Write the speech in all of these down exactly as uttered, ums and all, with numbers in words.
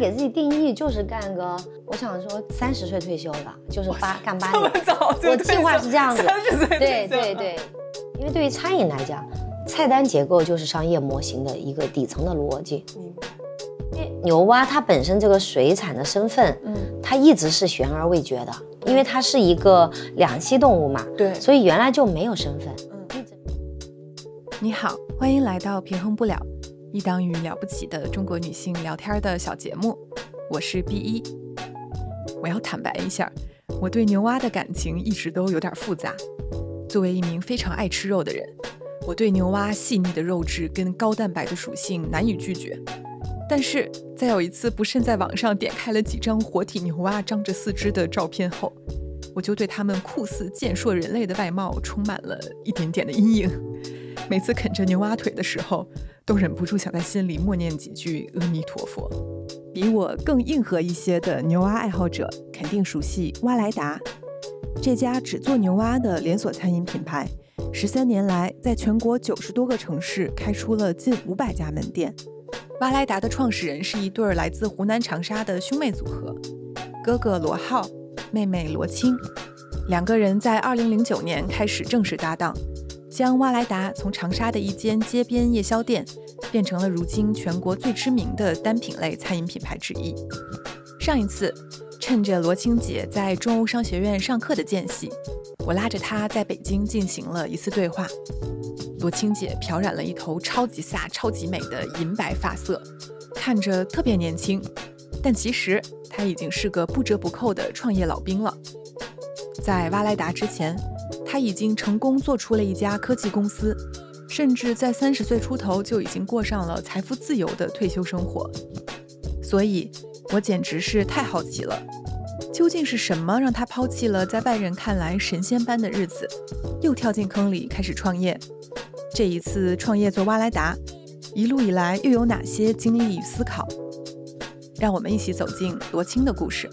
给自己定义就是干个，我想说三十岁退休的，就是八干八年。 这么早就我计划是这样子， 三十岁对对对，因为对于餐饮来讲，菜单结构就是商业模型的一个底层的逻辑。 明白。 因为牛蛙它本身这个水产的身份，嗯，它一直是悬而未决的，因为它是一个两栖动物嘛， 对， 所以原来就没有身份。嗯， 你好，欢迎来到平衡不了，一档与了不起的中国女性聊天的小节目，我是 B 一。我要坦白一下，我对牛蛙的感情一直都有点复杂。作为一名非常爱吃肉的人，我对牛蛙细腻的肉质跟高蛋白的属性难以拒绝。但是在有一次不慎在网上点开了几张活体牛蛙张着四肢的照片后，我就对他们酷似健硕人类的外貌充满了一点点的阴影。每次啃着牛蛙腿的时候，都忍不住想在心里默念几句阿弥陀佛。比我更硬核一些的牛蛙爱好者肯定熟悉蛙来达，这家只做牛蛙的连锁餐饮品牌，十三年来在全国九十多个城市开出了近五百家门店。蛙来达的创始人是一对来自湖南长沙的兄妹组合，哥哥罗浩，妹妹罗青。两个人在二零零九年开始正式搭档，将蛙来达从长沙的一间街边夜宵店变成了如今全国最知名的单品类餐饮品牌之一。上一次趁着罗青姐在中欧商学院上课的间隙，我拉着她在北京进行了一次对话。罗青姐漂染了一头超级飒超级美的银白发色，看着特别年轻，但其实她已经是个不折不扣的创业老兵了。在蛙来达之前，她已经成功做出了一家科技公司，甚至在三十岁出头就已经过上了财富自由的退休生活。所以我简直是太好奇了，究竟是什么让她抛弃了在外人看来神仙般的日子，又跳进坑里开始创业？这一次创业做蛙来达，一路以来又有哪些经历与思考？让我们一起走进罗青的故事。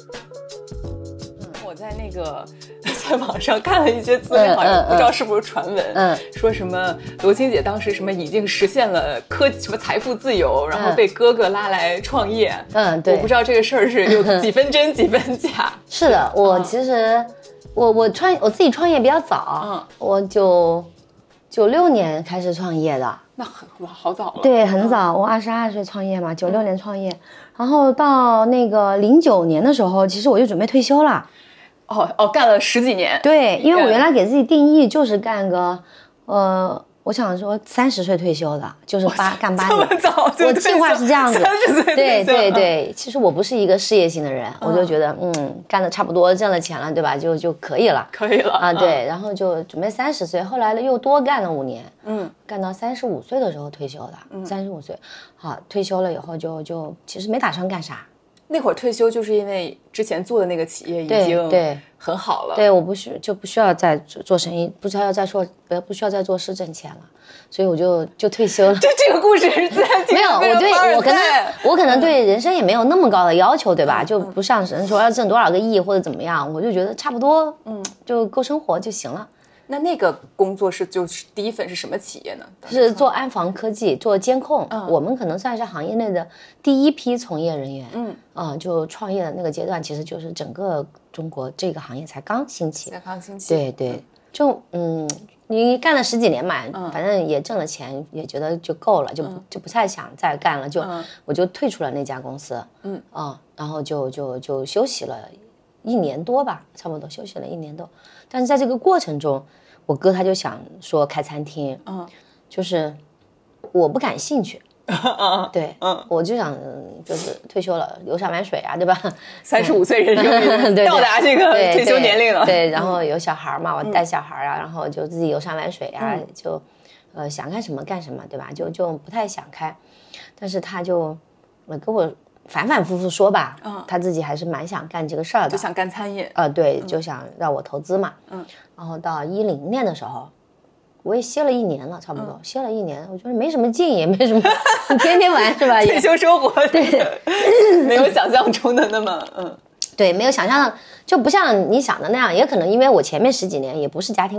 我在那个在网上看了一些资料，好像不知道是不是传闻， 嗯， 说什么罗青姐当时什么已经实现了科什么财富自由，然后被哥哥拉来创业。 嗯，对， 我不知道这个事儿是有几分真几分假。 是的，我其实、嗯、我我创我自己创业比较早，嗯，我就九六年开始创业的。 那很哇，好早了。 对，很早，嗯、我二十二岁创业嘛，九六年创业，嗯、然后到那个零九年的时候，其实我就准备退休了。 哦哦，干了十几年。 对，因为我原来给自己定义就是干个，呃，我想说三十岁退休的，就是八干八年。 这么早就退休？ 我计划是这样子。 三十岁退休。 对对对，其实我不是一个事业型的人，嗯、我就觉得嗯，干的差不多，挣了钱了，对吧？就就可以了。 可以了啊，对，然后就准备三十岁，后来又多干了五年， 嗯， 干到三十五岁的时候退休的，三十五岁，好，退休了以后就就其实没打算干啥。 那会儿退休就是因为之前做的那个企业已经对很好了， 对，对我不需就不需要再做生意，不需要再做不不需要再做事挣钱了，所以我就就退休了。 就这个故事是在没有，我对我可能我可能对人生也没有那么高的要求，对吧？嗯、就不像人说要挣多少个亿或者怎么样，我就觉得差不多，嗯，就够生活就行了。 那那个工作是就是第一份是什么企业呢？ 是做安防科技，做监控。嗯，我们可能算是行业内的第一批从业人员。嗯，啊、呃，就创业的那个阶段，其实就是整个中国这个行业才刚兴起。 才刚兴起。 对对，就嗯，你干了十几年嘛，嗯、反正也挣了钱，也觉得就够了，就、嗯、就不太想再干了，就、嗯、我就退出了那家公司。嗯啊、呃，然后就就就休息了一年多吧，差不多休息了一年多。但是在这个过程中，我哥他就想说开餐厅，嗯，就是我不感兴趣，嗯、对，嗯，我就想就是退休了，游山玩水啊，对吧？ 三十五岁人生到达这个退休年龄了， 对，对对然后有小孩嘛，我带小孩啊，然后就自己游山玩水啊，嗯、就呃想干什么干什么，对吧？就就不太想开，但是他就跟我反反复复说吧，嗯，他自己还是蛮想干这个事儿的， 就想干餐饮， 呃，对，嗯、就想让我投资嘛，嗯，然后到一零年的时候，我也歇了一年了，差不多、嗯、歇了一年，我觉得没什么劲，也没什么，天天玩是吧？ 退休生活对， 没有想象中的那么，嗯， 对，没有想象，就不像你想的那样，也可能因为我前面十几年也不是家庭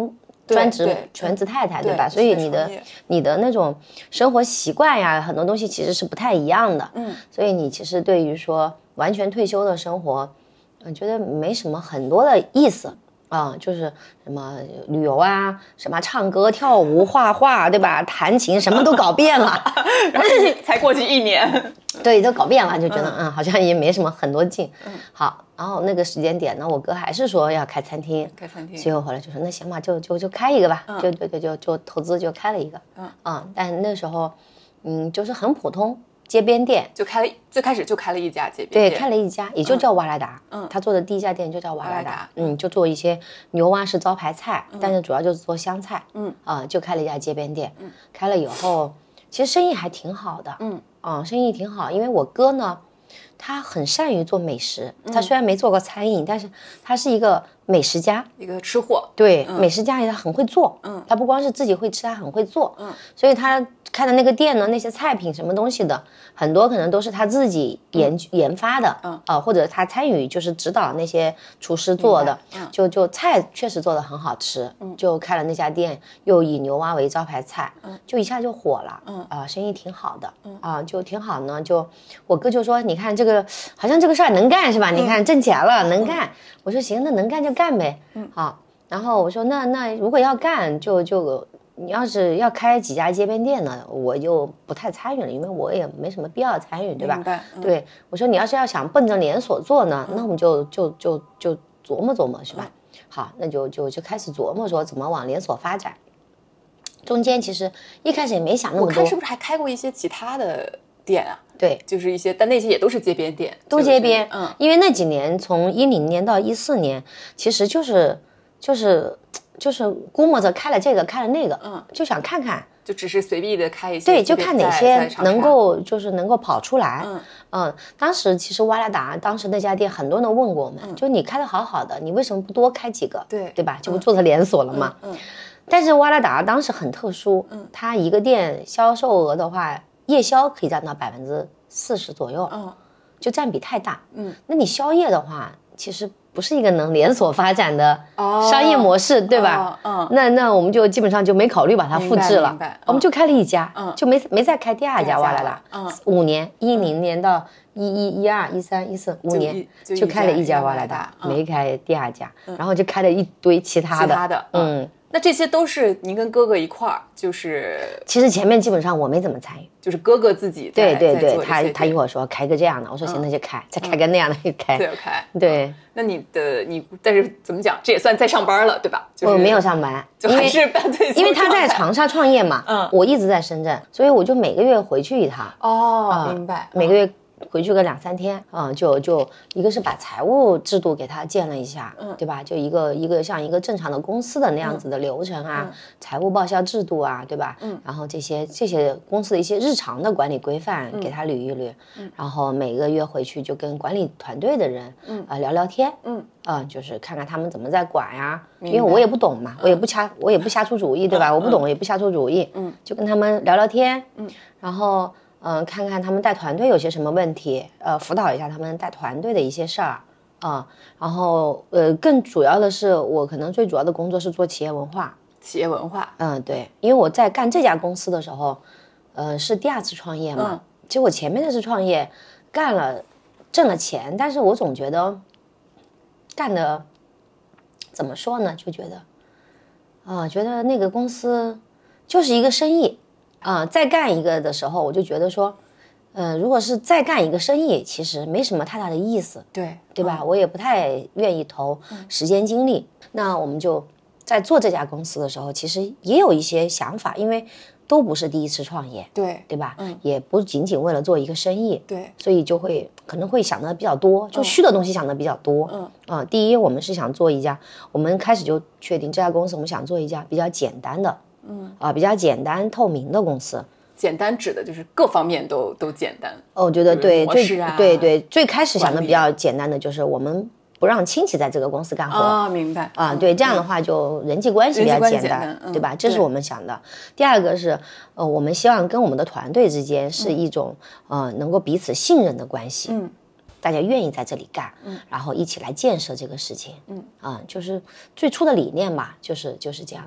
专职全职太太， 对, 对吧？所以你的你的那种生活习惯呀，很多东西其实是不太一样的。嗯，所以你其实对于说完全退休的生活，我觉得没什么很多的意思啊、呃，就是什么旅游啊，什么唱歌、跳舞、画画，对吧？弹琴什么都搞遍了， 然后才过去一年， 对，都搞遍了，就觉得 嗯, 嗯，好像也没什么很多劲。嗯，好。然后那个时间点呢，我哥还是说要开餐厅， 开餐厅， 所以我后来就说那行吧，就就就开一个吧，嗯、就对对就就投资就开了一个，嗯啊，但那时候，嗯，就是很普通街边店， 就开了，最开始就开了一家街边店， 对， 开了一家，也就叫瓦拉达，嗯，他做的第一家店就叫瓦拉达，嗯，就做一些牛蛙式招牌菜，嗯、但是主要就是做湘菜，嗯啊，就开了一家街边店，嗯，开了以后，其实生意还挺好的，嗯啊，生意挺好，因为我哥呢。他很善于做美食，他虽然没做过餐饮，嗯、但是他是一个美食家， 一个吃货。 对，嗯、美食家也很会做。嗯，他不光是自己会吃，他很会做。嗯，所以他开的那个店呢，那些菜品什么东西的，很多可能都是他自己研、嗯、研发的。嗯，啊、呃，或者他参与就是指导那些厨师做的。嗯，就就菜确实做的很好吃。嗯，就开了那家店，又以牛蛙为招牌菜。嗯，就一下就火了。嗯，啊、呃，生意挺好的。嗯，啊、呃，就挺好呢。就我哥就说，你看这个。这个好像这个事儿能干是吧？你看挣钱了，能干。我说行，那能干就干呗。嗯，好。然后我说那那如果要干，就就你要是要开几家街边店呢，我就不太参与了，因为我也没什么必要参与，对吧？嗯、对，我说你要是要想奔着连锁做呢，那我们就就就就琢磨琢磨是吧？嗯、好，那就就就开始琢磨说怎么往连锁发展。中间其实一开始也没想那么多。 我看是不是还开过一些其他的店啊？ 对， 就是一些，但那些也都是街边店， 都街边。嗯，因为那几年从一零年到一四年，其实就是就是就是估摸着开了这个，开了那个，嗯，就想看看， 就只是随意的开一些， 对，就看哪些能够就是能够跑出来。嗯嗯，当时其实瓦拉达当时那家店很多人都问过我们，嗯、就你开的好好的，你为什么不多开几个？ 对对吧？就不做成连锁了嘛。嗯。嗯嗯但是瓦拉达当时很特殊，嗯，它一个店销售额的话。夜宵可以占到百分之四十左右，嗯，就占比太大，嗯，那你宵夜的话，其实不是一个能连锁发展的商业模式，哦、对吧？嗯、哦，那那我们就基本上就没考虑把它复制了，嗯、我们就开了一家，嗯，就没没再开第二家瓦拉达，嗯，五年，一零年到一一一二一三一四五年就, 就开了一家瓦拉达，嗯、没开第二家，嗯、然后就开了一堆其他的， 其他的，嗯。嗯那这些都是您跟哥哥一块儿，就是其实前面基本上我没怎么参与， 就是哥哥自己对对对，他他一会儿说开个这样的，我说行那就开，再开个那样的就开， 对开， 对。 那你的你，但是怎么讲，这也算在上班了，对吧？ 我没有上班， 就还是因为他在长沙创业嘛，嗯，我一直在深圳，所以我就每个月回去一趟。 哦，明白， 每个月。回去个两三天啊、嗯，就就一个是把财务制度给他建了一下，嗯，对吧？就一个一个像一个正常的公司的那样子的流程啊，嗯、财务报销制度啊，对吧？嗯，然后这些这些公司的一些日常的管理规范给他捋一捋，嗯，然后每个月回去就跟管理团队的人，嗯啊、呃、聊聊天，嗯啊、呃、就是看看他们怎么在管呀，因为我也不懂嘛，我也不瞎我也不瞎出主意，对吧？嗯、我不懂也不瞎出主意，嗯，就跟他们聊聊天，嗯，然后。嗯、呃，看看他们带团队有些什么问题，呃，辅导一下他们带团队的一些事儿啊。然后，呃，更主要的是，我可能最主要的工作是做企业文化。 企业文化， 嗯，对，因为我在干这家公司的时候，呃，是第二次创业嘛。嗯、其实我前面那次创业干了，挣了钱，但是我总觉得干的怎么说呢？就觉得啊、呃，觉得那个公司就是一个生意。啊、呃，再干一个的时候，我就觉得说，呃，如果是再干一个生意，其实没什么太大的意思， 对对吧？嗯、我也不太愿意投时间精力。嗯、那我们就在做这家公司的时候，其实也有一些想法，因为都不是第一次创业， 对对吧？嗯，也不仅仅为了做一个生意， 对， 所以就会可能会想的比较多，就虚的东西想的比较多。嗯啊、呃，第一，我们是想做一家，我们开始就确定这家公司，我们想做一家比较简单的。嗯啊，比较简单透明的公司， 简单指的就是各方面都都简单。 哦，我觉得对， 模式啊， 对对，最开始想的比较简单的就是我们不让亲戚在这个公司干活啊、哦，明白啊，对，这样的话就人际关系比较简单，嗯、对吧？这是我们想的。第二个是呃，我们希望跟我们的团队之间是一种、嗯、呃能够彼此信任的关系。嗯。大家愿意在这里干，嗯，然后一起来建设这个事情，嗯啊、呃，就是最初的理念吧，就是就是这样子。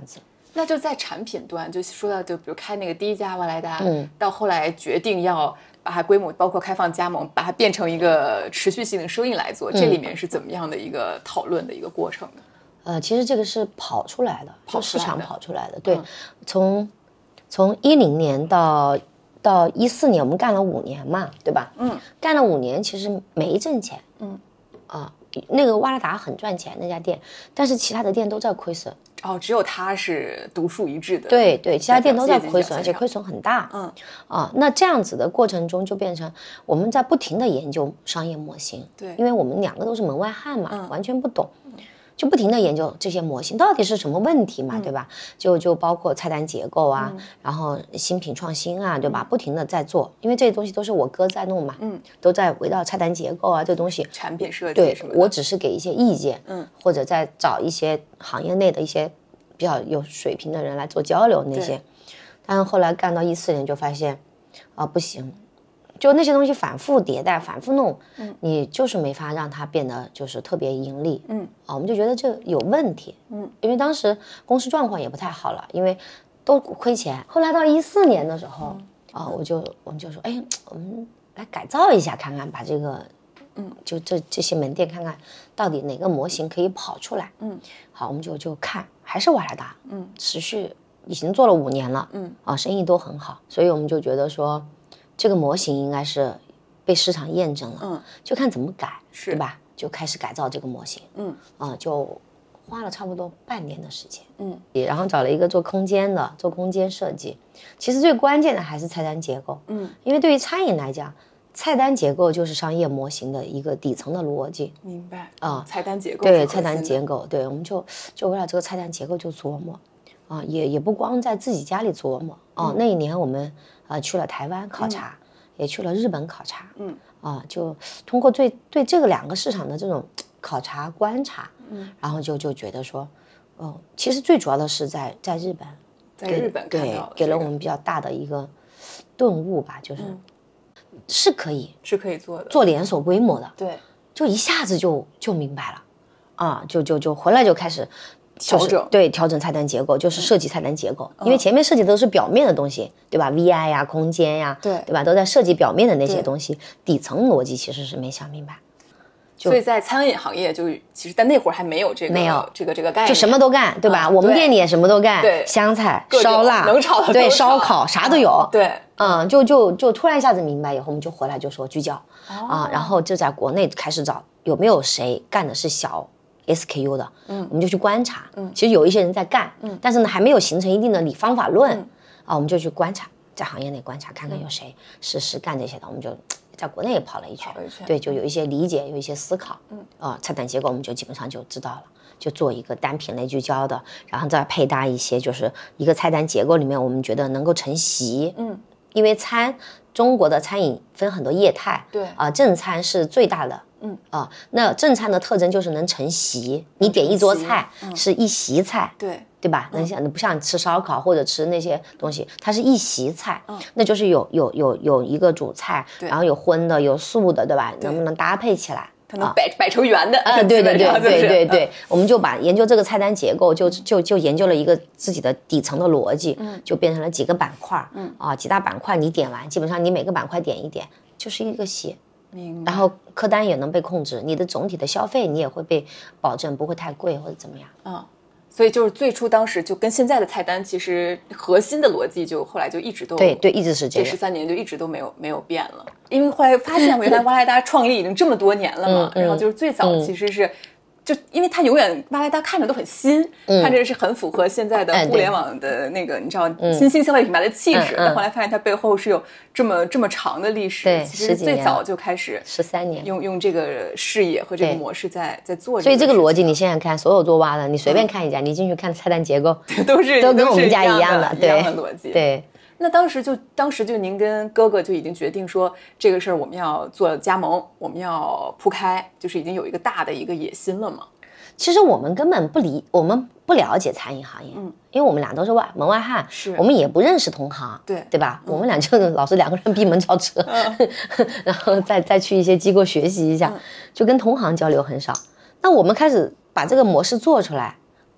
那就在产品端，就说到就比如开那个第一家瓦莱达， 嗯， 到后来决定要把它规模，包括开放加盟，把它变成一个持续性的生意来做，嗯、这里面是怎么样的一个讨论的一个过程呢？ 呃，其实这个是跑出来的， 跑就市场跑出来的。对，嗯、从从一零年到到一四年，我们干了五年嘛，对吧？嗯，干了五年，其实没挣钱。嗯，啊，那个瓦拉达很赚钱那家店，但是其他的店都在亏损。 哦，只有它是独树一帜的。 对对，其他店都在亏损，而且亏损很大。嗯，啊，那这样子的过程中就变成我们在不停的研究商业模型。 对， 因为我们两个都是门外汉嘛，嗯、完全不懂。就不停的研究这些模型到底是什么问题嘛，嗯、对吧？就就包括菜单结构啊，嗯、然后新品创新啊，对吧？嗯、不停的在做，因为这些东西都是我哥在弄嘛，嗯，都在围绕菜单结构啊这东西， 产品设计对什么的， 我只是给一些意见，嗯，或者在找一些行业内的一些比较有水平的人来做交流那些，但是后来干到一四年就发现，啊不行。就那些东西反复迭代反复弄，嗯，你就是没法让它变得就是特别盈利，嗯啊，我们就觉得这有问题，嗯，因为当时公司状况也不太好了，因为都亏钱。后来到一四年的时候，嗯、啊，我就我们就说，哎，我们来改造一下看看，把这个，嗯，就这这些门店看看到底哪个模型可以跑出来，嗯，好，我们就就看还是瓦拉达，嗯，持续已经做了五年了，嗯啊，生意都很好，所以我们就觉得说。这个模型应该是被市场验证了，嗯，就看怎么改，对吧？就开始改造这个模型，嗯，啊，就花了差不多半年的时间，嗯，然后找了一个做空间的，做空间设计。其实最关键的还是菜单结构，嗯，因为对于餐饮来讲，菜单结构就是商业模型的一个底层的逻辑。 明白啊，菜单结构对菜单结构，对，我们就就为了这个菜单结构就琢磨，啊，也也不光在自己家里琢磨，哦，嗯、那一年我们。呃，去了台湾考察，嗯、也去了日本考察，嗯，啊，就通过对对这个两个市场的这种考察观察，嗯，然后就就觉得说，哦，其实最主要的是在在日本， 在日本看到、这个、对，给了我们比较大的一个顿悟吧，就是、嗯、是可以是可以做的， 做连锁规模的， 对， 就一下子就就明白了，啊，就就就回来就开始。 调整、 就是、对调整菜单结构，就是设计菜单结构，嗯、因为前面设计的都是表面的东西，对吧 ？V I 呀、空间呀， 对对吧？都在设计表面的那些东西，底层逻辑其实是没想明白。 所以在餐饮行业就，就其实在那会儿还没有这个没有这个这个概念， 就什么都干，对吧？嗯、我们店里也什么都干， 对， 香菜、烧腊、 能炒的对，烧烤啥都有， 嗯、对， 嗯，就就就突然一下子明白以后，我们就回来就说聚焦啊、哦嗯，然后就在国内开始找有没有谁干的是小。S K U 的，嗯，我们就去观察，嗯，其实有一些人在干，嗯，但是呢还没有形成一定的理方法论，嗯、啊，我们就去观察，在行业内观察，看看有谁是是干这些的，我们就在国内也跑了一圈， 一圈对，就有一些理解，有一些思考，嗯，啊，菜单结构我们就基本上就知道了，就做一个单品类聚焦的，然后再配搭一些，就是一个菜单结构里面我们觉得能够承袭，嗯，因为餐中国的餐饮分很多业态， 对， 啊、呃，正餐是最大的。嗯啊，那正餐的特征就是能承袭，你点一桌菜、嗯、是一席菜， 对对吧？能像不像吃烧烤或者吃那些东西，它是一席菜，嗯，那就是有有有有一个主菜，然后有荤的有素的，对吧？能不能搭配起来？ 它能摆、啊、摆成圆的， 啊，对对对对对对对， 嗯、 我们就把研究这个菜单结构，就就就研究了一个自己的底层的逻辑，嗯，就变成了几个板块，嗯啊，几大板块你点完，基本上你每个板块点一点，就是一个席。然后客单也能被控制，你的总体的消费你也会被保证不会太贵或者怎么样。 嗯，所以就是最初当时就跟现在的菜单其实核心的逻辑就后来就一直都对对一直是这样， 这十三年就一直都没有没有变了。因为后来发现原来瓦莱达创立已经这么多年了嘛，嗯、然后就是最早其实是。嗯就因为它永远瓦莱达看着都很新，嗯、看着是很符合现在的互联网的那个、哎、你知道、嗯、新兴消费品牌的气质，但、嗯嗯、后来发现它背后是有这么这么长的历史， 对， 其实最早就开始十三年用用这个视野和这个模式在在做这个， 所以这个逻辑你现在看所有做蛙的，你随便看一家，嗯、你进去看菜单结构， 都是都跟我们家一样的， 对，一样的逻辑， 对。 那当时就当时就您跟哥哥就已经决定说这个事儿我们要做加盟，我们要铺开，就是已经有一个大的一个野心了嘛。 其实我们根本不理，我们不了解餐饮行业，嗯，因为我们俩都是外门外汉， 是我们也不认识同行， 对对吧？嗯、我们俩就老是两个人闭门造车，嗯、然后再再去一些机构学习一下，嗯、就跟同行交流很少。那我们开始把这个模式做出来，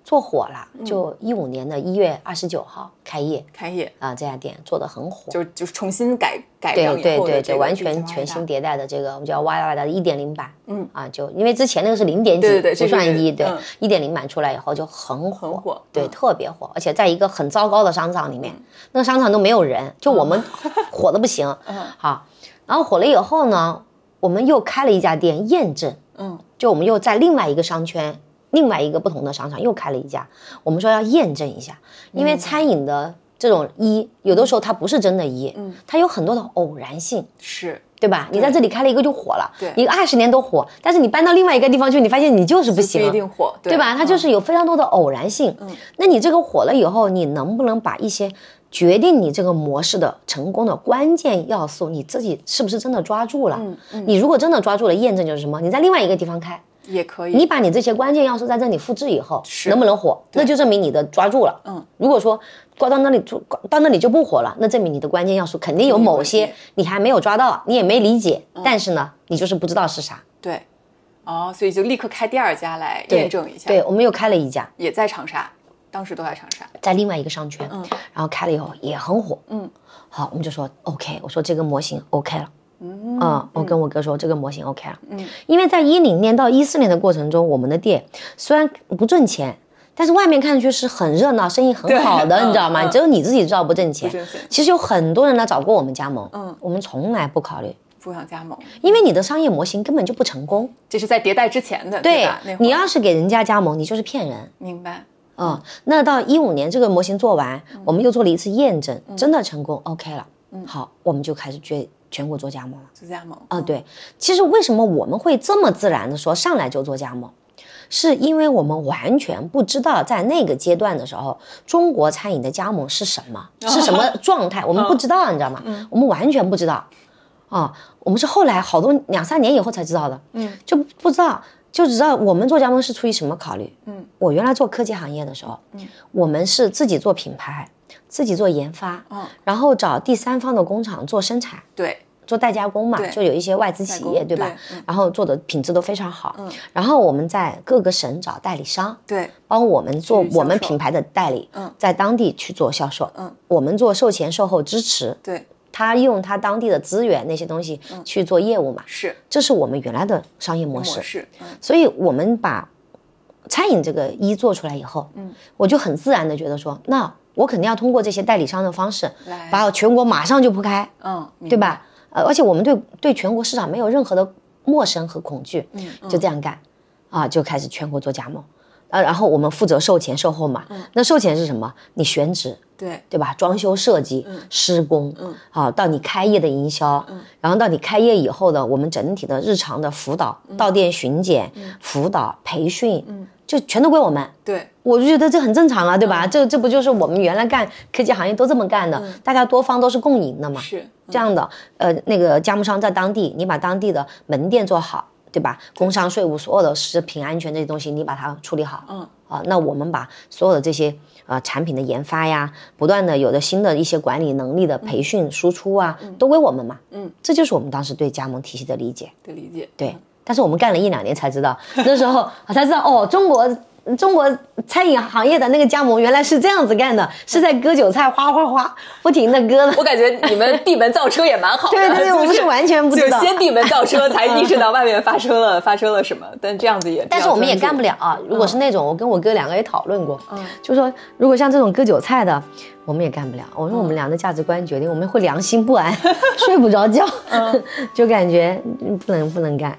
做火了，就一五年的一月二十九号开业， 开业啊、呃，这家店做得很火， 就就是重新改改对良以后的、这个、 对对对，完全全新迭代的这个我们叫哇啦啦的一点零版，嗯啊，就因为之前那个是零点几， 对对对， 不算一，对，一点零版出来以后就很火， 很火， 对，嗯、特别火，而且在一个很糟糕的商场里面，嗯、那个商场都没有人，就我们火的不行，嗯，好，然后火了以后呢，我们又开了一家店验证，嗯，就我们又在另外一个商圈。另外一个不同的商场又开了一家，我们说要验证一下，因为餐饮的这种一，有的时候它不是真的一，嗯，它有很多的偶然性， 是对吧？你在这里开了一个就火了， 对， 你二十年都火，但是你搬到另外一个地方去，你发现你就是不行， 不一定火， 对, 对吧？它就是有非常多的偶然性，嗯，那你这个火了以后，你能不能把一些决定你这个模式的成功的关键要素，你自己是不是真的抓住了？嗯嗯，你如果真的抓住了，验证就是什么？你在另外一个地方开。 也可以， 你把你这些关键要素在这里复制以后，能不能火？那就证明你的抓住了。嗯，如果说挂到那里到那里就不火了，那证明你的关键要素肯定有某些你还没有抓到，你也没理解，嗯、但是呢，你就是不知道是啥。 对，哦，所以就立刻开第二家来验证一下。 对，对我们又开了一家， 也在长沙，当时都在长沙， 在另外一个商圈，嗯，然后开了以后也很火，嗯，好，我们就说 OK， 我说这个模型 OK 了。嗯, 嗯，我跟我哥说、嗯、这个模型 OK 了，嗯，因为在一零年到一四年的过程中，我们的店虽然不挣钱，但是外面看上去是很热闹，生意很好的，你知道吗？嗯、只有你自己知道不挣钱。 不挣钱。 其实有很多人来找过我们加盟，嗯，我们从来不考虑， 不想加盟， 因为你的商业模型根本就不成功。 这是在迭代之前的， 对, 对吧？ 你要是给人家加盟，你就是骗人。 明白。 嗯，那到一五年这个模型做完，嗯、我们又做了一次验证，嗯、真的成功 OK 了。嗯，好，我们就开始决。全国做加盟了， 做加盟啊、呃，对。其实为什么我们会这么自然的说上来就做加盟，是因为我们完全不知道在那个阶段的时候，中国餐饮的加盟是什么，是什么状态，我们不知道，你知道吗？嗯，我们完全不知道啊，我们是后来好多两三年以后才知道的，嗯，就不知道，就知道我们做加盟是出于什么考虑。嗯，我原来做科技行业的时候，嗯，我们是自己做品牌。自己做研发，嗯，然后找第三方的工厂做生产， 对， 做代加工嘛，就有一些外资企业，对吧？对嗯、然后做的品质都非常好，嗯，然后我们在各个省找代理商， 对， 帮我们做我们品牌的代理，嗯，在当地去做销售，嗯，我们做售前售后支持， 对， 他用他当地的资源那些东西去做业务嘛， 是、嗯， 这是我们原来的商业模式， 模式嗯、 所以我们把餐饮这个一做出来以后，嗯，我就很自然的觉得说，那我肯定要通过这些代理商的方式，把我全国马上就铺开，嗯，对吧？呃，而且我们对对全国市场没有任何的陌生和恐惧，嗯，就这样干，啊，就开始全国做加盟，啊，然后我们负责售前售后嘛，嗯，那售前是什么？你选址， 对对吧？装修设计、嗯、施工，嗯，好，到你开业的营销，嗯，然后到你开业以后的我们整体的日常的辅导、嗯、到店巡检、嗯、辅导、培训，嗯。就全都归我们， 对， 我就觉得这很正常啊，对吧？嗯、这这不就是我们原来干科技行业都这么干的，嗯、大家多方都是共赢的嘛， 是、嗯、 这样的。呃，那个加盟商在当地，你把当地的门店做好，对吧？工商税务所有的食品安全这些东西，你把它处理好，嗯，啊，那我们把所有的这些呃产品的研发呀，不断的有的新的一些管理能力的培训、嗯、输出啊，嗯、都归我们嘛，嗯，这就是我们当时对加盟体系的理解的理解， 对。但是我们干了一两年才知道，那时候我才知道哦，中国中国餐饮行业的那个加盟原来是这样子干的，是在割韭菜，哗哗哗不停的割的。 我感觉你们闭门造车也蛮好的， 对对对，就是、我们是完全不知道， 就先闭门造车，才意识到外面发生了发生了什么。但这样子也， 但是我们也干不了啊。如果是那种，我跟我哥两个也讨论过，嗯，就说如果像这种割韭菜的，我们也干不了。我说我们俩的价值观决定，我们会良心不安，睡不着觉，嗯、就感觉不能不能干。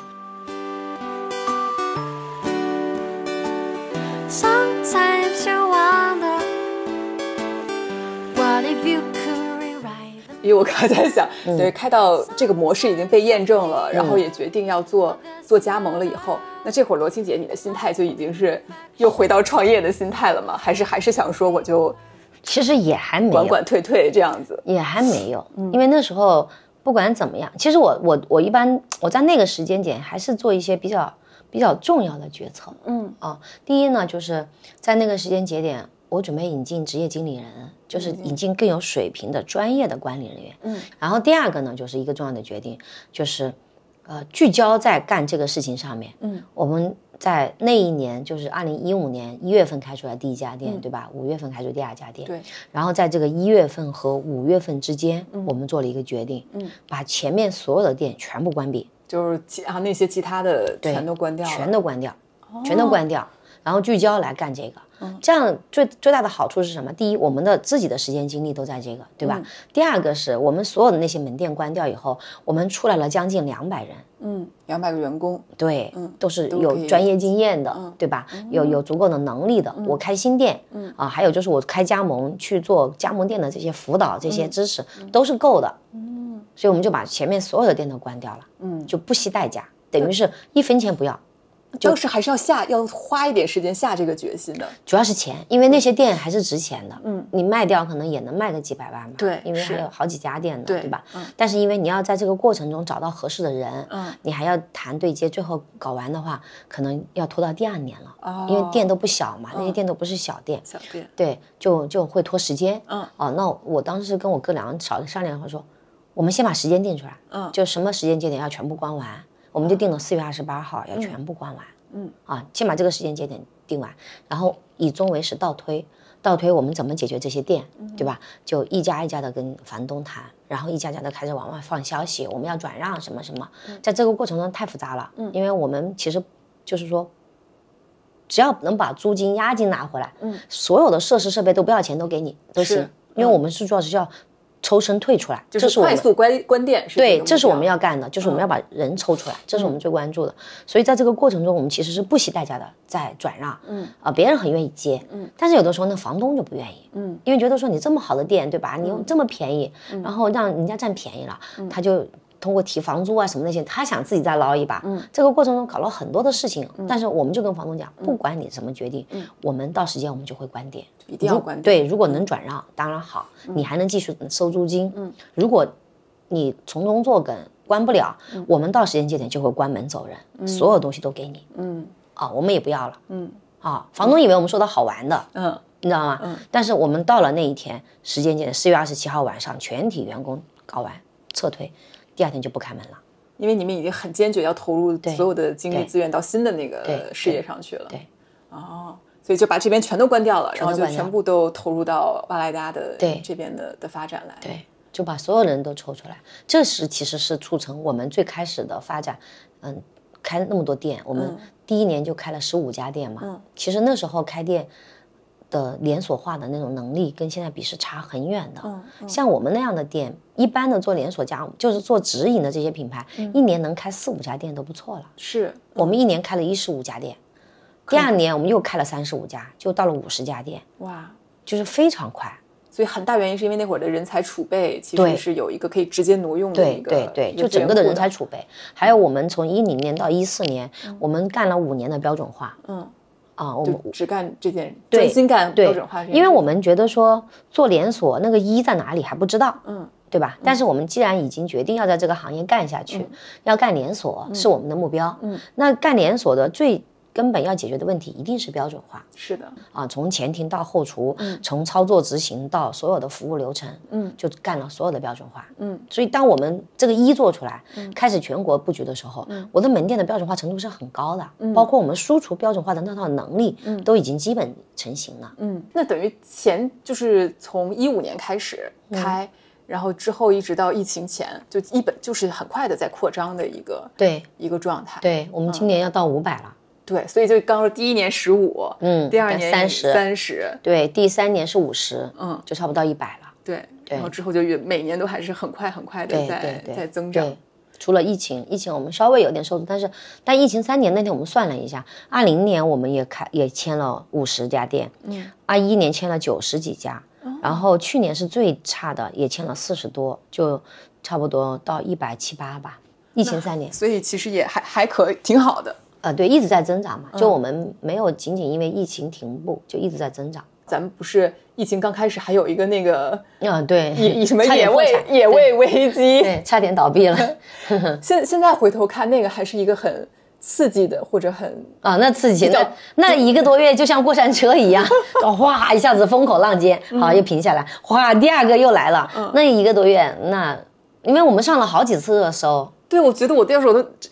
因为我刚才在想，嗯、对，开到这个模式已经被验证了，嗯、然后也决定要做做加盟了以后，那这会儿罗青姐你的心态就已经是又回到创业的心态了吗？还是还是想说我就其实也还没有管管退退这样子， 也还没有，嗯、因为那时候不管怎么样，其实我我我一般我在那个时间点还是做一些比较比较重要的决策，嗯啊，第一呢就是在那个时间节点。我准备引进职业经理人，就是引进更有水平的专业的管理人员。嗯，然后第二个呢，就是一个重要的决定，就是，呃，聚焦在干这个事情上面。嗯，我们在那一年就是二零一五年一月份开出来第一家店，嗯、对吧？五月份开出第二家店， 对。 然后在这个一月份和五月份之间，嗯、我们做了一个决定，嗯，把前面所有的店全部关闭， 就是其啊那些其他的全都关掉了， 全都关掉，哦、全都关掉，然后聚焦来干这个。嗯、这样最最大的好处是什么？第一，我们的自己的时间精力都在这个，对吧？嗯、第二个是我们所有的那些门店关掉以后，我们出来了将近两百人， 嗯，两百个员工， 对，嗯，都是有专业经验的，嗯、对吧？嗯、有有足够的能力的。嗯、我开新店，嗯啊，还有就是我开加盟去做加盟店的这些辅导、这些知识、嗯、都是够的，嗯，所以我们就把前面所有的店都关掉了，嗯，就不惜代价，等于是一分钱不要。 当时还是要下，要花一点时间下这个决心的， 主要是钱，因为那些店还是值钱的，嗯，你卖掉可能也能卖个几百万吧， 对， 因为还有好几家店呢， 对， 对吧？ 嗯， 但是因为你要在这个过程中找到合适的人，嗯，你还要谈对接，最后搞完的话，可能要拖到第二年了，哦，因为店都不小嘛，嗯、那些店都不是小店， 小店， 对，就就会拖时间， 嗯， 哦，那我当时跟我哥俩少商量，说，我们先把时间定出来，嗯，就什么时间节点要全部关完，我们就定了四月二十八号要全部关完。嗯嗯啊，先把这个时间节点定完，然后以终为始倒推，倒推我们怎么解决这些店，嗯、对吧？就一家一家的跟房东谈，然后一家家的开始往外放消息，我们要转让什么什么，嗯、在这个过程中太复杂了，嗯，因为我们其实就是说，只要能把租金押金拿回来，嗯，所有的设施设备都不要钱都给你都行，因为我们是主要是要抽身退出来， 就是快速关关店是对，这是我们要干的，就是我们要把人抽出来，嗯、这是我们最关注的。所以在这个过程中，我们其实是不惜代价的在转让，嗯啊、呃，别人很愿意接，嗯，但是有的时候那房东就不愿意，嗯，因为觉得说你这么好的店，对吧？你用这么便宜，嗯、然后让人家占便宜了，嗯、他就通过提房租啊什么那些，他想自己再捞一把，嗯，这个过程中搞了很多的事情，嗯、但是我们就跟房东讲，不管你什么决定，嗯，我们到时间我们就会关店。 一定要关店。 对，如果能转让，当然好，嗯、你还能继续收租金。嗯，如果你从中作梗，关不了，嗯、我们到时间节点就会关门走人，嗯、所有东西都给你。嗯，啊，我们也不要了。嗯，啊，房东以为我们说的好玩的。嗯，你知道吗？嗯，但是我们到了那一天时间节点，四月二十七号晚上，全体员工搞完撤退，第二天就不开门了。 因为你们已经很坚决要投入所有的精力资源到新的那个事业上去了。 对， 哦。所以就把这边全都关掉了，然后就全部都投入到瓦莱达的这边的的发展来。 对，就把所有人都抽出来。这是其实是促成我们最开始的发展。嗯，开了那么多店，我们第一年就开了十五家店嘛。嗯，其实那时候开店的连锁化的那种能力跟现在比是差很远的。嗯嗯、像我们那样的店，一般的做连锁加就是做直营的这些品牌，嗯、一年能开四五家店都不错了。 是，嗯、 我们一年开了一十五家店。第二年我们又开了三十五家，就到了五十家店，哇，就是非常快。 所以很大原因是因为那会儿的人才储备其实是有一个可以直接挪用的一个， 对对对，就整个的人才储备。还有我们从一零年到一四年，嗯、我们干了五年的标准化，嗯，啊，我们只干这件，专心干标准化这件事。 因为我们觉得说做连锁那个一在哪里还不知道，嗯，对吧？嗯、但是我们既然已经决定要在这个行业干下去，嗯、要干连锁、嗯、是我们的目标，嗯，那干连锁的最根本要解决的问题一定是标准化。 是的啊，从前庭到后厨，嗯，从操作执行到所有的服务流程，嗯，就干了所有的标准化。嗯，所以当我们这个一做出来，嗯，开始全国布局的时候，嗯，我的门店的标准化程度是很高的，嗯，包括我们输出标准化的那套能力，嗯，都已经基本成型了。 嗯，那等于前就是从一五年开始开。嗯，然后之后一直到疫情前，就一本就是很快的在扩张的一个对一个状态。 对，我们今年要到五百了。 嗯，对，所以就刚说第一年十五，嗯，第二年三十， 三十， 对，第三年是五十，嗯，就差不多一百了。 对，然后之后就每年都还是很快很快的在在增长。 对，除了疫情，疫情我们稍微有点收缩，但是但疫情三年那天我们算了一下，二零年我们也开也签了五十家店，嗯，二一年签了九十几家。然后去年是最差的，也签了四十多，就差不多到一百七八吧。疫情三年， 所以其实也还还可挺好的。 呃，对，一直在增长嘛。就我们没有仅仅因为疫情停步，就一直在增长。 咱们不是疫情刚开始还有一个那个， 啊，对， 以以什么野味野味危机， 对，差点倒闭了。 现现在回头看，那个还是一个很刺激的，或者很啊，那刺激，那那一个多月就像过山车一样，哗一下子风口浪尖，好又平下来，哗第二个又来了，嗯、那一个多月，那因为我们上了好几次热搜， 对，我觉得我那时候都因为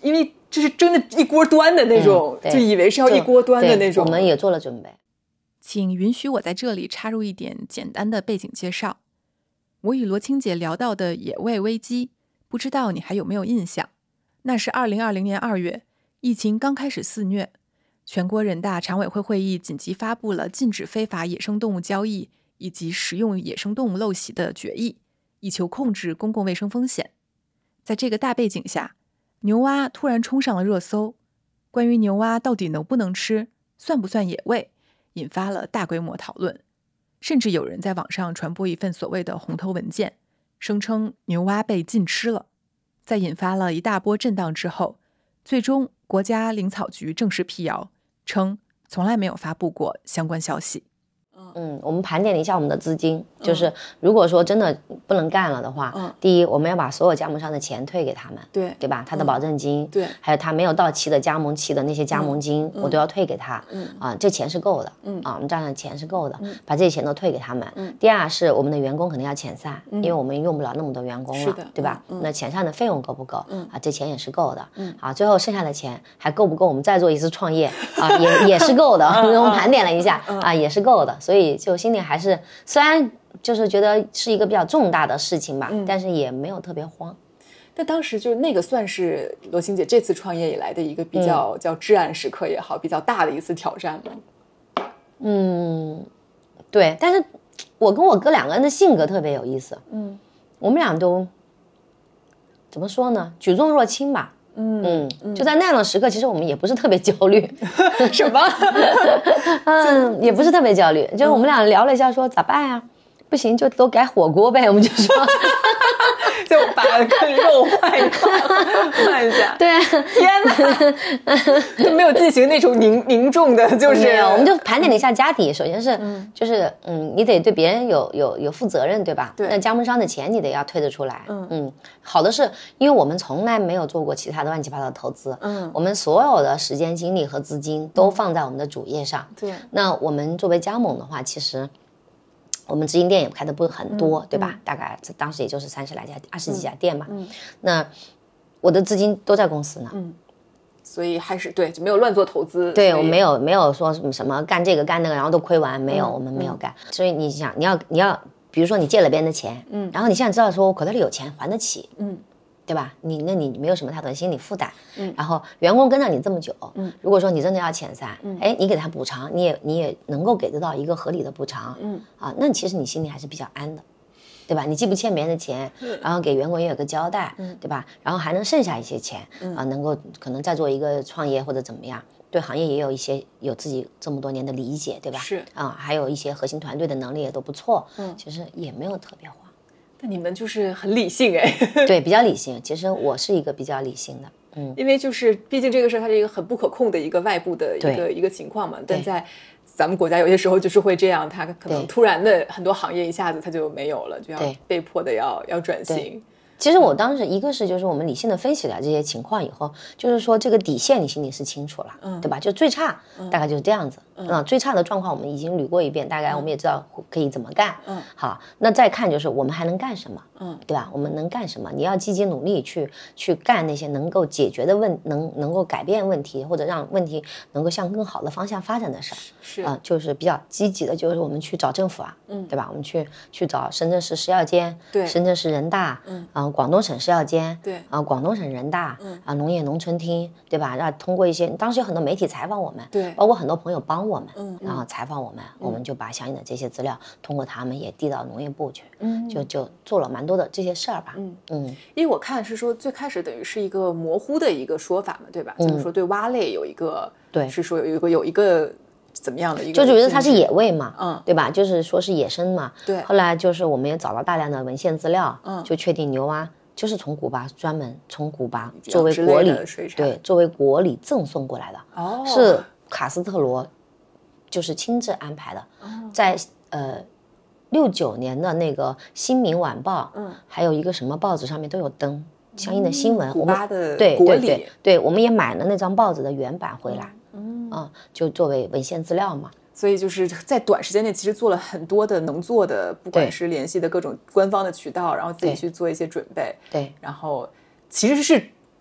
这是真的一锅端的那种、嗯、就以为是要一锅端的那种。 我们也做了准备。 请允许我在这里插入一点简单的背景介绍。我与罗青姐聊到的野味危机，不知道你还有没有印象？那是二零二零年二月，疫情刚开始肆虐，全国人大常委会会议紧急发布了禁止非法野生动物交易以及食用野生动物陋习的决议，以求控制公共卫生风险。在这个大背景下，牛蛙突然冲上了热搜，关于牛蛙到底能不能吃，算不算野味，引发了大规模讨论，甚至有人在网上传播一份所谓的红头文件，声称牛蛙被禁吃了。在引发了一大波震荡之后，最终国家林草局正式辟谣，称从来没有发布过相关消息。 嗯，我们盘点了一下我们的资金，嗯、就是如果说真的不能干了的话，嗯，第一，我们要把所有加盟商的钱退给他们， 对对吧？他的保证金， 嗯、对， 还有他没有到期的加盟期的那些加盟金，嗯、我都要退给他，嗯啊，这钱是够的，嗯啊，我们账上钱是够的，嗯，把这些钱都退给他们。嗯，第二是我们的员工肯定要遣散，嗯、因为我们用不了那么多员工了， 是的， 对吧？ 嗯、 那遣散的费用够不够？ 嗯啊，这钱也是够的， 嗯啊，最后剩下的钱还够不够我们再做一次创业啊？也也是够的，我们盘点了一下，啊，也是够的，所以就心里还是虽然就是觉得是一个比较重大的事情吧，嗯、但是也没有特别慌。 但当时就是那个算是罗青姐这次创业以来的一个比较、嗯、叫至暗时刻也好，比较大的一次挑战吗？ 嗯，对。但是我跟我哥两个人的性格特别有意思， 嗯， 我们俩都怎么说呢？举重若轻吧。嗯嗯，就在那样的时刻，其实我们也不是特别焦虑。 什么？ 嗯，也不是特别焦虑，就是我们俩聊了一下说，说咋办呀？不行就都改火锅呗，我们就说。 就把肉换一换换一下。 对， 天哪，就没有进行那种凝凝重的，就是没有，我们就盘点了一下家底。首先是，嗯、就是嗯，你得对别人有有有负责任，对吧？ 对。 那加盟商的钱你得要退得出来。 嗯嗯。好的是，因为我们从来没有做过其他的乱七八糟的投资。 嗯。 我们所有的时间、精力和资金都放在我们的主业上。 对。 那我们作为加盟的话，其实。我们直营店也开的不是很多， 嗯、 对吧？嗯、大概当时也就是三十来家、二十几家店嘛。 嗯， 那我的资金都在公司呢。 嗯，所以还是对，就没有乱做投资。 对，我没有没有说什么什么干这个干那个，然后都亏完，没有， 嗯、 我们没有干。所以你想，你要你要，比如说你借了别人的钱， 嗯， 然后你现在知道说我口袋里有钱还得起， 嗯。 对吧？你那你没有什么太多的心理负担， 嗯， 然后员工跟着你这么久， 嗯， 如果说你真的要遣散， 嗯， 哎，你给他补偿，你也你也能够给得到一个合理的补偿， 嗯， 啊，那其实你心里还是比较安的，对吧？你既不欠别人的钱， 嗯， 然后给员工也有个交代， 嗯， 对吧？然后还能剩下一些钱， 嗯， 啊，能够可能再做一个创业或者怎么样，对行业也有一些有自己这么多年的理解，对吧？ 是啊，还有一些核心团队的能力也都不错， 嗯， 其实也没有特别慌。 那你们就是很理性哎， 对，比较理性。其实我是一个比较理性的，嗯， 因为就是毕竟这个事儿它是一个很不可控的一个外部的一个一个情况嘛，但在咱们国家有些时候就是会这样，它可能突然的很多行业一下子它就没有了，就要被迫的要要转型。 其实我当时一个是就是我们理性的分析了这些情况以后，就是说这个底线你心里是清楚了， 嗯， 对吧？就最差、嗯、大概就是这样子，嗯，嗯最差的状况我们已经捋过一遍，大概我们也知道可以怎么干， 嗯， 好，那再看就是我们还能干什么， 嗯， 对吧？我们能干什么？你要积极努力去去干那些能够解决的问，能能够改变问题或者让问题能够向更好的方向发展的事儿， 是啊、呃，就是比较积极的，就是我们去找政府啊， 嗯， 对吧？我们去去找深圳市食药监， 对， 深圳市人大， 嗯， 啊、呃，广东省食药监， 对， 啊、呃，广东省人大， 嗯， 啊、呃，农业农村厅，对吧？然后通过一些，当时有很多媒体采访我们， 对， 包括很多朋友帮我们， 嗯， 然后采访我们， 嗯、 我们就把相应的这些资料通过他们也递到农业部去， 嗯， 就就做了蛮多的这些事儿吧， 嗯嗯， 因为我看是说最开始等于是一个模糊的一个说法嘛，对吧？ 嗯、 就是说对蛙类有一个， 对， 是说有一个有一个。怎么样的一个就觉得它是野味嘛， 嗯， 对吧？就是说是野生嘛， 对。 后来就是我们也找了大量的文献资料， 嗯， 就确定牛蛙就是从古巴专门从古巴作为国礼，对，作为国礼赠送过来的， 哦， 是卡斯特罗就是亲自安排的， 哦、 在呃六九年的那个《新民晚报》， 嗯， 还有一个什么报纸上面都有登相应的新闻， 嗯、古巴的对国礼， 对对对，我们也买了那张报纸的原版回来。 嗯啊、嗯，就作为文献资料嘛， 所以就是在短时间内，其实做了很多的能做的，不管是联系的各种官方的渠道，然后自己去做一些准备， 对， 然后其实是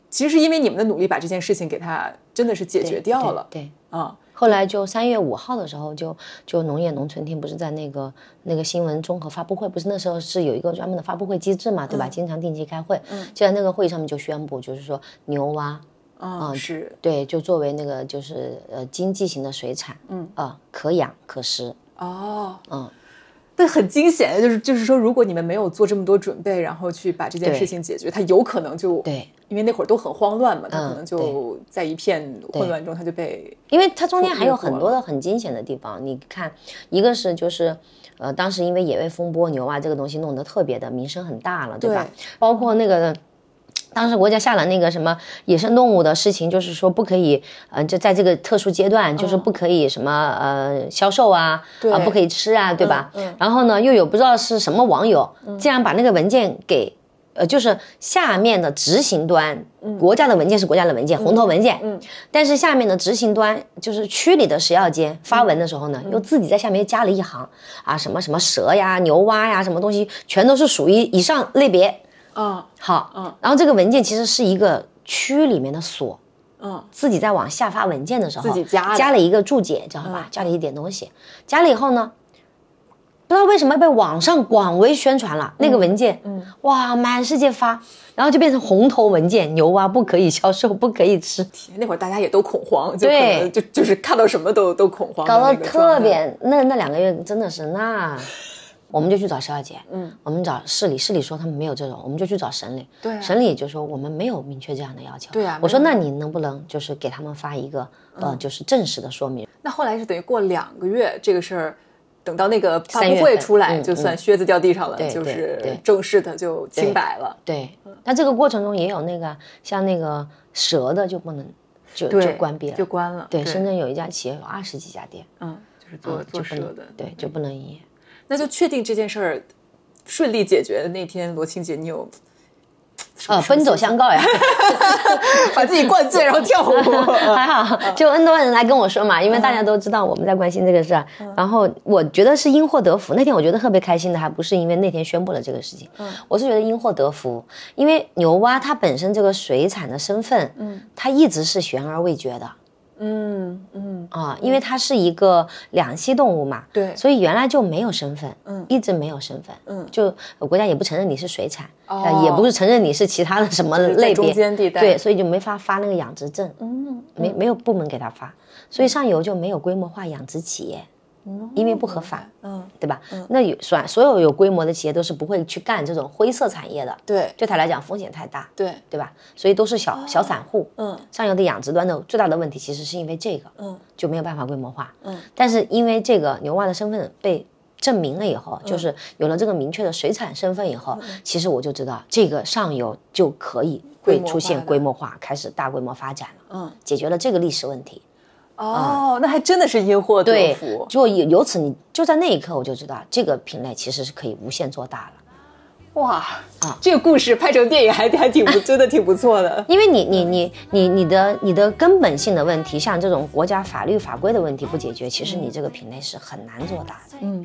其实是因为你们的努力把这件事情给它真的是解决掉了。 对， 啊、嗯， 后来就三月五号的时候就，就农业农村厅不是在那个那个新闻综合发布会，不是那时候是有一个专门的发布会机制嘛，对吧？嗯、经常定期开会，嗯，就在那个会议上面就宣布，就是说牛蛙。 啊、嗯，是对，就作为那个就是呃经济型的水产，嗯啊、呃，可养可食。 哦， 嗯， 但很惊险，就是就是说，如果你们没有做这么多准备，然后去把这件事情解决，它有可能就对， 因为那会儿都很慌乱嘛，它可能就在一片混乱中，它就被， 因为它中间还有很多的很惊险的地方。你看，一个是就是呃，当时因为野味风波，牛蛙这个东西弄得特别的名声很大了，对吧？对，包括那个。当时国家下了那个什么野生动物的事情，就是说不可以，呃，就在这个特殊阶段，就是不可以什么呃销售啊，啊不可以吃啊，对吧？嗯嗯、然后呢，又有不知道是什么网友，竟然把那个文件给，呃，就是下面的执行端，嗯、国家的文件是国家的文件，红头文件，嗯嗯、但是下面的执行端就是区里的食药监发文的时候呢，嗯、又自己在下面加了一行，啊什么什么蛇呀、牛蛙呀，什么东西全都是属于以上类别。 嗯， 好，嗯，然后这个文件其实是一个区里面的所， 嗯， 自己在往下发文件的时候， 自己加加了一个注解，知道吧？嗯、加了一点东西，加了以后呢，不知道为什么被网上广为宣传了，嗯、那个文件，嗯，哇，满世界发，然后就变成红头文件，牛蛙不可以销售，不可以吃。 那会儿大家也都恐慌，就可能就就是看到什么都都恐慌， 搞得特别，那那两个月真的是那。我们就去找食药监，嗯，我们找市里，市里说他们没有这种，我们就去找省里， 对、啊， 省里就说我们没有明确这样的要求， 对啊， 我说那你能不能就是给他们发一个、嗯、呃，就是正式的说明？ 那后来是等于过两个月，这个事儿等到那个发布会出来， 嗯、 就算靴子掉地上了， 嗯、 就是正式的就清白了。 对，对但这个过程中也有那个像那个蛇的就不能就就关闭了， 就关了。 对，深圳有一家企业有二十几家店， 嗯，就是做、嗯、做蛇的， 对，就不能营业。 那就确定这件事儿顺利解决的那天，罗青姐，你有呃奔走相告呀， 把自己灌醉然后跳舞， 还好，就 N 多人来跟我说嘛，因为大家都知道我们在关心这个事儿，嗯、然后我觉得是因祸得福。那天我觉得特别开心的，还不是因为那天宣布了这个事情，嗯、我是觉得因祸得福，因为牛蛙它本身这个水产的身份，嗯，它一直是悬而未决的。 嗯嗯啊，因为它是一个两栖动物嘛， 对， 所以原来就没有身份， 嗯， 一直没有身份， 嗯， 就国家也不承认你是水产，哦、呃，也不是承认你是其他的什么类别， 中间地带， 对，所以就没法发那个养殖证， 嗯， 没没有部门给他发，所以上游就没有规模化养殖企业。嗯、因为不合法， 嗯， 对吧？嗯、那有所所有有规模的企业都是不会去干这种灰色产业的， 对， 对他来讲风险太大， 对， 对吧？所以都是小、哦、小散户， 嗯， 上游的养殖端的最大的问题其实是因为这个， 嗯， 就没有办法规模化， 嗯， 但是因为这个牛蛙的身份被证明了以后，嗯、就是有了这个明确的水产身份以后，嗯、其实我就知道这个上游就可以会出现规模化，开始大规模发展了， 嗯， 解决了这个历史问题。 哦、嗯，那还真的是因祸得福。 对，就由此你就在那一刻我就知道这个品类其实是可以无限做大了。 哇啊，这个故事拍成电影还还挺不真的挺不错的。 因为你你你你你的你的根本性的问题，像这种国家法律法规的问题不解决，其实你这个品类是很难做大的。 嗯。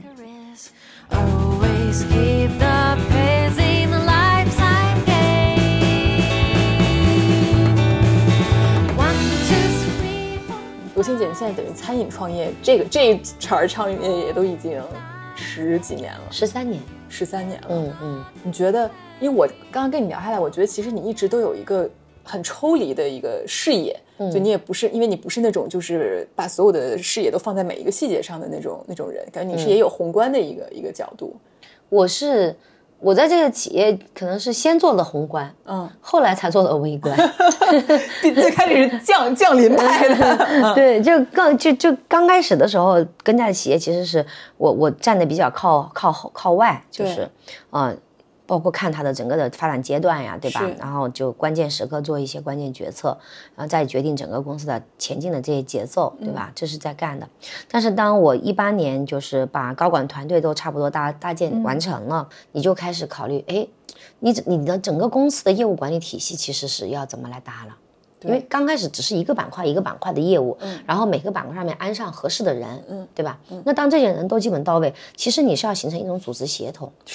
罗青姐，你现在等于餐饮创业，这个这一茬创业也都已经十几年了， 十三年， 十三年了。 嗯嗯， 你觉得？因为我刚刚跟你聊下来，我觉得其实你一直都有一个很抽离的一个视野，嗯、就你也不是，因为你不是那种就是把所有的视野都放在每一个细节上的那种那种人，感觉你是也有宏观的一个、嗯、一个角度。 我是。我在这个企业可能是先做的宏观，嗯，后来才做的微观。 最开始是降降临派的， 对，就刚就就刚开始的时候，跟在企业其实是我我站的比较靠靠靠外，就是啊、呃，包括看它的整个的发展阶段呀，对吧？然后就关键时刻做一些关键决策，然后再决定整个公司的前进的这些节奏，对吧？嗯、这是在干的。但是当我一八年就是把高管团队都差不多搭搭建完成了，嗯、你就开始考虑，哎，你你的整个公司的业务管理体系其实是要怎么来搭了？因为刚开始只是一个板块一个板块的业务，嗯、然后每个板块上面安上合适的人，嗯、对吧？嗯、那当这些人都基本到位，其实你是要形成一种组织协同， 是。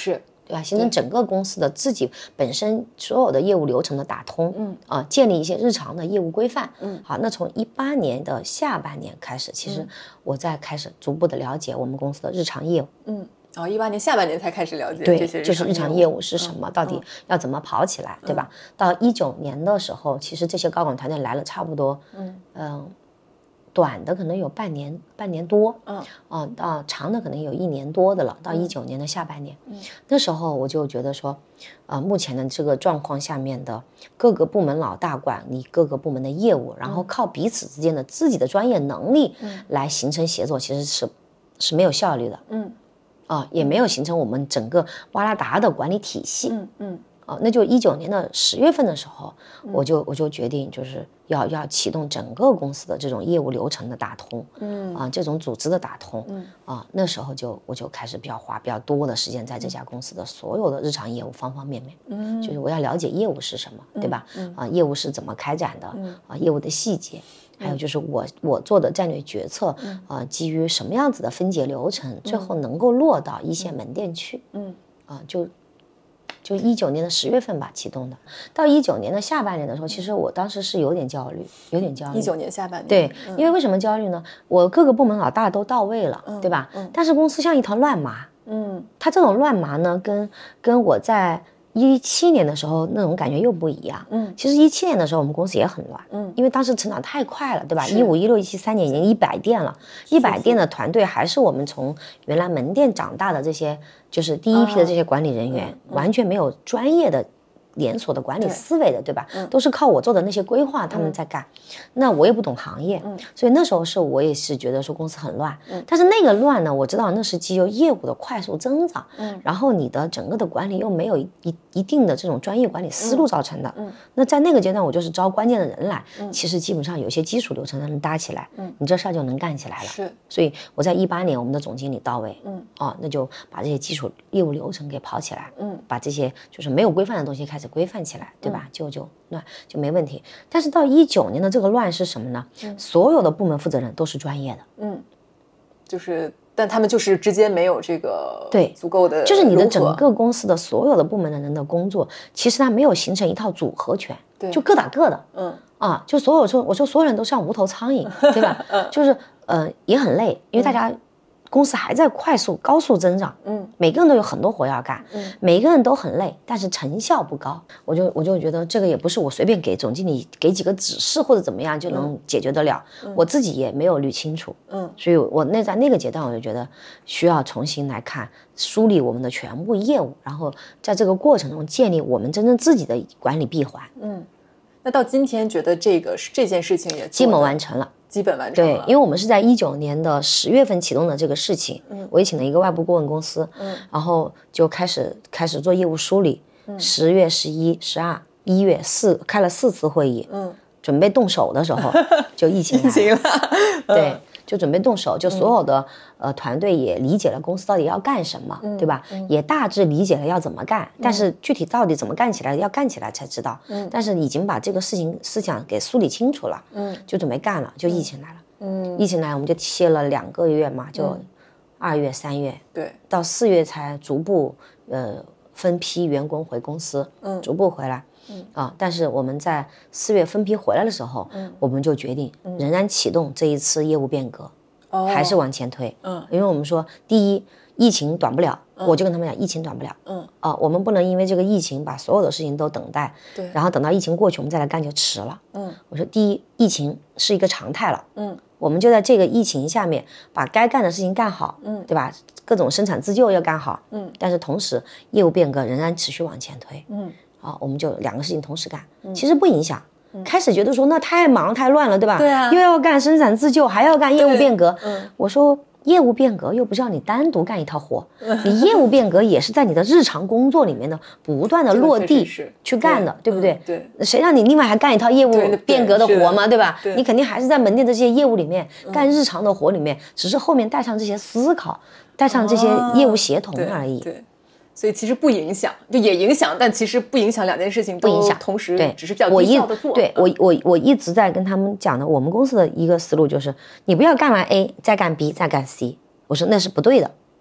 对吧？形成整个公司的自己本身所有的业务流程的打通，嗯啊，建立一些日常的业务规范，嗯，好，那从一八年的下半年开始，其实我在开始逐步的了解我们公司的日常业务， 嗯。然后一八年下半年才开始了解这些对，就是日常业务是什么，嗯、到底要怎么跑起来，嗯、对吧？到一九年的时候，其实这些高管团队来了差不多，嗯嗯、呃，短的可能有半年半年多，嗯啊、呃，到长的可能有一年多的了。到一九年的下半年，嗯，那时候我就觉得说，啊、呃，目前的这个状况下面的各个部门老大管理各个部门的业务，然后靠彼此之间的自己的专业能力来形成协作，其实是是没有效率的，嗯。啊，也没有形成我们整个哇啦达的管理体系。嗯嗯。啊，那就一九年的十月份的时候，嗯、我就我就决定就是要要启动整个公司的这种业务流程的打通。嗯。啊，这种组织的打通。嗯。啊，那时候就我就开始比较花比较多的时间在这家公司的所有的日常业务方方面面。嗯。就是我要了解业务是什么，嗯、对吧？嗯。啊，业务是怎么开展的？嗯。啊，业务的细节。还有就是我我做的战略决策，嗯、呃，基于什么样子的分解流程，嗯、最后能够落到一线门店去，嗯，啊、呃，就就一九年的十月份吧启动的，到一九年的下半年的时候，其实我当时是有点焦虑，有点焦虑。 一九年下半年， 对，嗯、因为为什么焦虑呢？我各个部门老大都到位了，嗯、对吧？嗯、但是公司像一团乱麻，嗯，它这种乱麻呢，跟跟我在一七年的时候那种感觉又不一样，嗯，其实一七年的时候我们公司也很乱，嗯，因为当时成长太快了，对吧？一五一六一七三年已经一百店了，一百店的团队还是我们从原来门店长大的这些，就是第一批的这些管理人员，啊嗯、完全没有专业的连锁的管理思维的， 对, 对吧、嗯、都是靠我做的那些规划他们在干、嗯、那我也不懂行业、嗯、所以那时候是我也是觉得说公司很乱、嗯、但是那个乱呢，我知道那是基于业务的快速增长、嗯、然后你的整个的管理又没有一一定的这种专业管理思路造成的、嗯嗯、那在那个阶段我就是招关键的人来、嗯、其实基本上有些基础流程能搭起来、嗯、你这事儿就能干起来了。 是， 所以我在一八年我们的总经理到位，嗯，哦，那就把这些基础业务流程给跑起来，嗯，把这些就是没有规范的东西开始规范起来，对吧？嗯、就就乱就没问题。但是到一九年的这个乱是什么呢？嗯、所有的部门负责人都是专业的， 嗯，就是但他们就是之间没有这个对足够的， 就是你的整个公司的所有的部门的人的工作，其实它没有形成一套组合拳，对，就各打各的，嗯啊，就所有说我说所有人都像无头苍蝇，对吧？嗯、就是呃也很累，因为大家。公司还在快速高速增长，嗯，每个人都有很多活要干，嗯，每个人都很累，但是成效不高。我就我就觉得这个也不是我随便给总经理给几个指示或者怎么样就能解决得了，嗯、我自己也没有捋清楚，嗯，所以我那在那个阶段我就觉得需要重新来看梳理我们的全部业务，然后在这个过程中建立我们真正自己的管理闭环， 嗯，那到今天觉得这个这件事情也基本完成了。 基本完成了， 对，因为我们是在一九年的十月份启动的这个事情，嗯，我也请了一个外部顾问公司，嗯，然后就开始开始做业务梳理，嗯，十月、十一、十二、一月四开了四次会议，嗯，准备动手的时候就疫情来了，对，就准备动手，就所有的、嗯、呃团队也理解了公司到底要干什么，嗯、对吧？嗯、也大致理解了要怎么干，嗯、但是具体到底怎么干起来，要干起来才知道。嗯，但是已经把这个事情思想给梳理清楚了，嗯，就准备干了，就疫情来了，嗯，疫情来我们就歇了两个月嘛，就二月、三月， 对， 到四月才逐步呃分批员工回公司，嗯，逐步回来。嗯啊，但是我们在四月分批回来的时候，嗯，我们就决定仍然启动这一次业务变革，哦，还是往前推，嗯，因为我们说，第一，疫情短不了，嗯、我就跟他们讲，疫情短不了，嗯啊，我们不能因为这个疫情把所有的事情都等待，对，然后等到疫情过去我们再来干就迟了，嗯，我说第一，疫情是一个常态了，嗯，我们就在这个疫情下面把该干的事情干好，嗯，对吧？各种生产自救要干好，嗯，但是同时业务变革仍然持续往前推，嗯。啊，我们就两个事情同时干，嗯、其实不影响。嗯、开始觉得说那太忙太乱了，对吧？ 对啊， 又要干生产自救，还要干业务变革。嗯，我说业务变革又不是让你单独干一套活，嗯、你业务变革也是在你的日常工作里面的不断的落地去干的，对, 对不对？ 对， 谁让你另外还干一套业务变革的活嘛， 对, 对吧？对，你肯定还是在门店的这些业务里面干日常的活里面，嗯、只是后面带上这些思考，带上这些业务协同而已。 哦、对。对，所以其实不影响，就也影响，但其实不影响，两件事情不影响， 同时对， 只是比较低效的做。 对，我我我一直在跟他们讲的，我们公司的一个思路就是，你不要干完 A 再干 B 再干 C， 我说那是不对的。哦，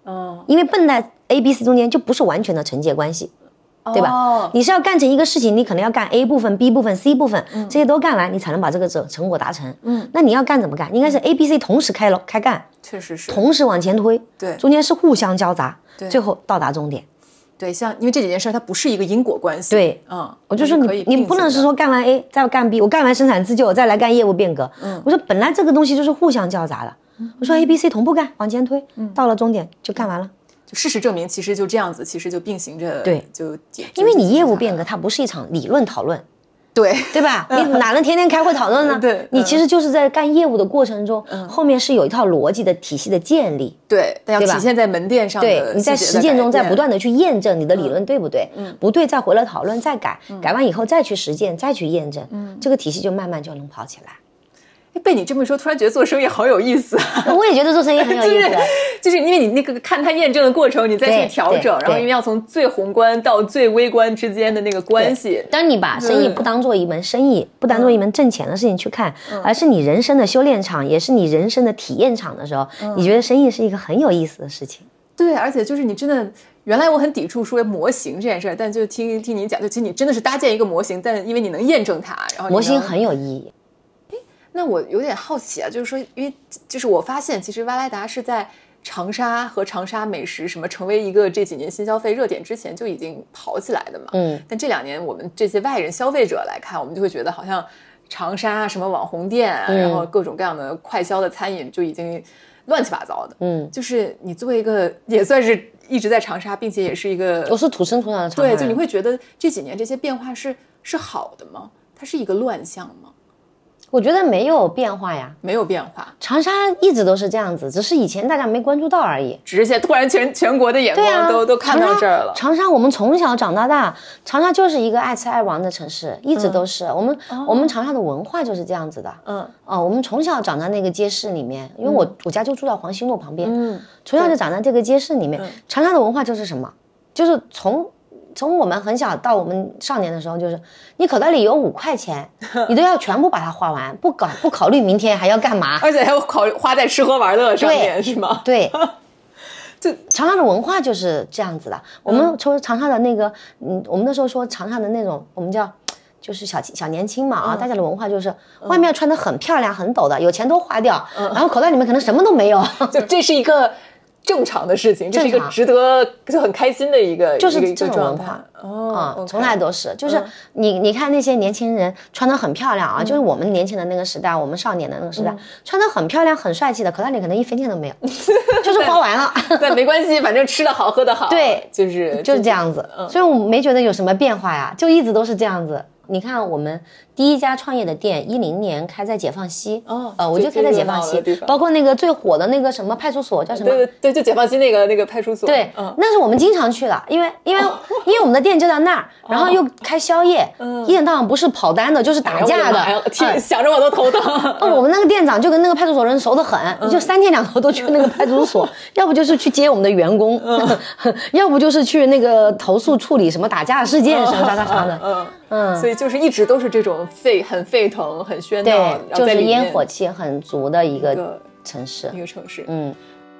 因为笨在 A B C 中间就不是完全的承接关系。对吧、哦、你是要干成一个事情，你可能要干 A 部分 B 部分 C 部分、嗯、这些都干完你才能把这个成果达成。嗯，那你要干怎么干？应该是 A B C 同时开了开干， 确实是同时往前推， 对， 中间是互相交杂，对，最后到达终点。 对，像因为这几件事它不是一个因果关系。 对，嗯，我就说你你不能是说干完 A 再干 B， 我干完生产自救再来干业务变革。嗯，我说本来这个东西就是互相交杂的。嗯、我说 A B C 同步干往前推、嗯、到了终点就干完了。 就事实证明其实就这样子，其实就并行着， 对， 就因为你业务变革它不是一场理论讨论， 对对吧？你哪能天天开会讨论呢？ 对， 你其实就是在干业务的过程中、嗯、后面是有一套逻辑的体系的建立， 对，但要体现在门店上的， 对，你在实践中在不断的去验证你的理论对不对，嗯，不对再回来讨论再改、嗯、改完以后再去实践再去验证，嗯，这个体系就慢慢就能跑起来。 被你这么说，突然觉得做生意好有意思啊！ 我也觉得做生意很有意思， 就是就是因为你那个看它验证的过程，你再去调整，然后因为要从最宏观到最微观之间的那个关系。 当你把生意不当做一门生意，不当做一门挣钱的事情去看、嗯，而是你人生的修炼场，也是你人生的体验场的时候、嗯，你觉得生意是一个很有意思的事情。 对，而且就是你真的，原来我很抵触说模型这件事儿，但就听听你讲，就其实你真的是搭建一个模型，但因为你能验证它，然后模型很有意义。 那我有点好奇啊，就是说，因为就是我发现，其实瓦莱达是在长沙和长沙美食什么成为一个这几年新消费热点之前就已经跑起来的嘛。嗯。但这两年我们这些外人消费者来看，我们就会觉得好像长沙什么网红店、啊嗯，然后各种各样的快消的餐饮就已经乱七八糟的。嗯。就是你作为一个也算是一直在长沙，并且也是一个我是土生土长的长沙人。 对，就你会觉得这几年这些变化是是好的吗？它是一个乱象吗？ 我觉得没有变化呀， 没有变化。 长沙一直都是这样子，只是以前大家没关注到而已。 只是现在突然全全国的眼光都、啊、都看到这儿了。 长沙我们从小长到大，长沙就是一个爱吃爱玩的城市，一直都是。嗯、我们、哦、我们长沙的文化就是这样子的。嗯，哦，我们从小长在那个街市里面，因为我、嗯、我家就住在黄兴路旁边，嗯，从小就长在这个街市里面。嗯、长沙的文化就是什么？就是从。从我们很小到我们少年的时候，就是你口袋里有五块钱，你都要全部把它花完，不搞不考虑明天还要干嘛， 而且还要考虑花在吃喝玩乐上面，是吗？ 对，就长沙的文化就是这样子的。我们从长沙的那个，嗯，我们那时候说长沙的那种，我们叫就是小小年轻嘛啊、嗯，大家的文化就是外面要穿得很漂亮、很抖的，有钱都花掉，嗯、然后口袋里面可能什么都没有， 就这是一个。正常的事情，这是一个值得就很开心的一个就是这种文化哦、嗯 okay ，从来都是就是你、嗯、你看那些年轻人穿得很漂亮啊、嗯，就是我们年轻的那个时代，我们少年的那个时代、嗯、穿得很漂亮很帅气的，口袋里可能一分钱都没有，就是花完了。 但没关系，反正吃得好喝得好， 对， 就是就是这样子、嗯，所以我没觉得有什么变化呀，就一直都是这样子。你看我们第一家创业的店，一零年开在解放西，哦，呃，我就开在解放西，包括那个最火的那个什么派出所叫什么？ 对对对，就解放西那个那个派出所。 对，嗯，那是我们经常去的，因为因为、哦、因为我们的店就在那儿，然后又开宵夜，嗯，一天到晚不是跑单的，就是打架的， 哎呦嗯、想着我都头疼。 哦，我们那个店长就跟那个派出所人熟得很，嗯、就三天两头都去那个派出所，嗯、要不就是去接我们的员工，嗯、要不就是去那个投诉处理什么打架事件、嗯、什么啥啥啥的， 嗯。嗯，所以就是一直都是这种沸很沸腾、很喧闹， 对，就是烟火气很足的一个城市， 一个城市。 嗯。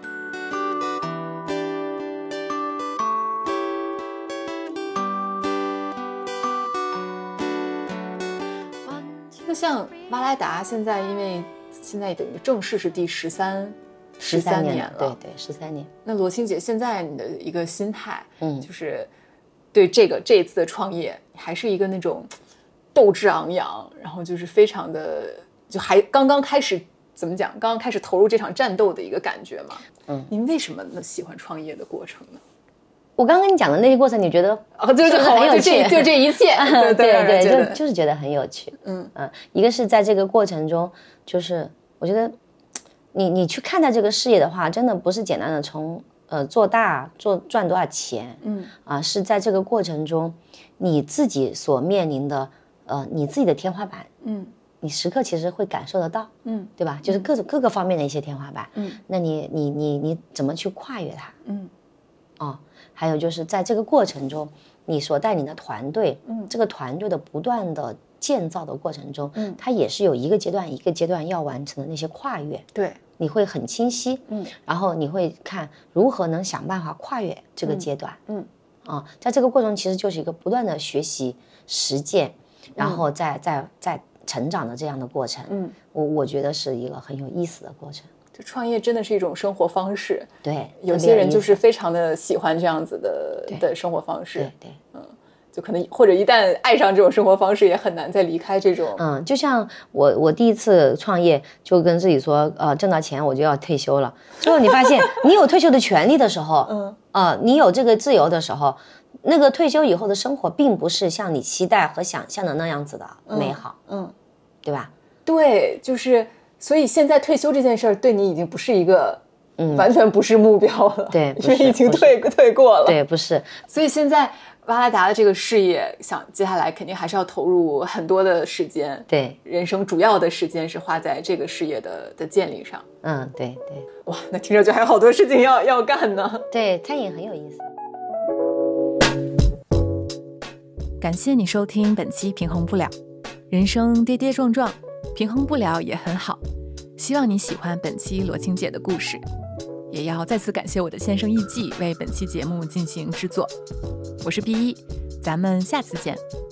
那像瓦莱达现在，因为现在等于正式是第十三十三年了， 对对，十三年。 那罗青姐，现在你的一个心态，嗯，就是对这个这一次的创业。还是一个那种斗志昂扬，然后就是非常的，就还刚刚开始怎么讲，刚刚开始投入这场战斗的一个感觉嘛。嗯，您为什么呢喜欢创业的过程呢？ 我刚跟你讲的那些过程，你觉得哦，就是很有趣，就这就这一切，对对对，就就是觉得很有趣。嗯嗯，一个是在这个过程中，就是我觉得你你去看待这个事业的话，真的不是简单的从呃做大做赚多少钱，嗯啊，是在这个过程中。你自己所面临的，呃，你自己的天花板，嗯，你时刻其实会感受得到，嗯，对吧？就是各种各个方面的一些天花板，嗯，那你你你你怎么去跨越它？嗯，哦，还有就是在这个过程中，你所带领的团队，嗯，这个团队的不断的建造的过程中，嗯，它也是有一个阶段一个阶段要完成的那些跨越， 对， 你会很清晰，嗯，然后你会看如何能想办法跨越这个阶段，嗯，啊、呃，在这个过程其实就是一个不断的学习、实践，然后再再再成长的这样的过程，嗯，我我觉得是一个很有意思的过程。 创业真的是一种生活方式， 对， 有些人就是非常的喜欢这样子的的生活方式， 对对， 嗯，就可能或者一旦爱上这种生活方式，也很难再离开这种。 嗯，就像我我第一次创业，就跟自己说，呃，挣到钱我就要退休了。最后你发现，你有退休的权利的时候，嗯，呃，你有这个自由的时候，那个退休以后的生活，并不是像你期待和想象的那样子的美好，嗯，嗯对吧？ 对，就是。所以现在退休这件事儿对你已经不是一个，嗯，完全不是目标了， 对， 因为已经退退过了， 对，不是。 所以现在瓦拉达的这个事业，想接下来肯定还是要投入很多的时间， 对， 人生主要的时间是花在这个事业的的建立上。 嗯，对对。 哇，那听着就还有好多事情要要干呢。 对，餐饮很有意思。 感谢你收听本期平衡不了，人生跌跌撞撞。平衡不了也很好，希望你喜欢本期罗青姐的故事，也要再次感谢我的先生艺伎为本期节目进行制作。我是 B 一，咱们下次见。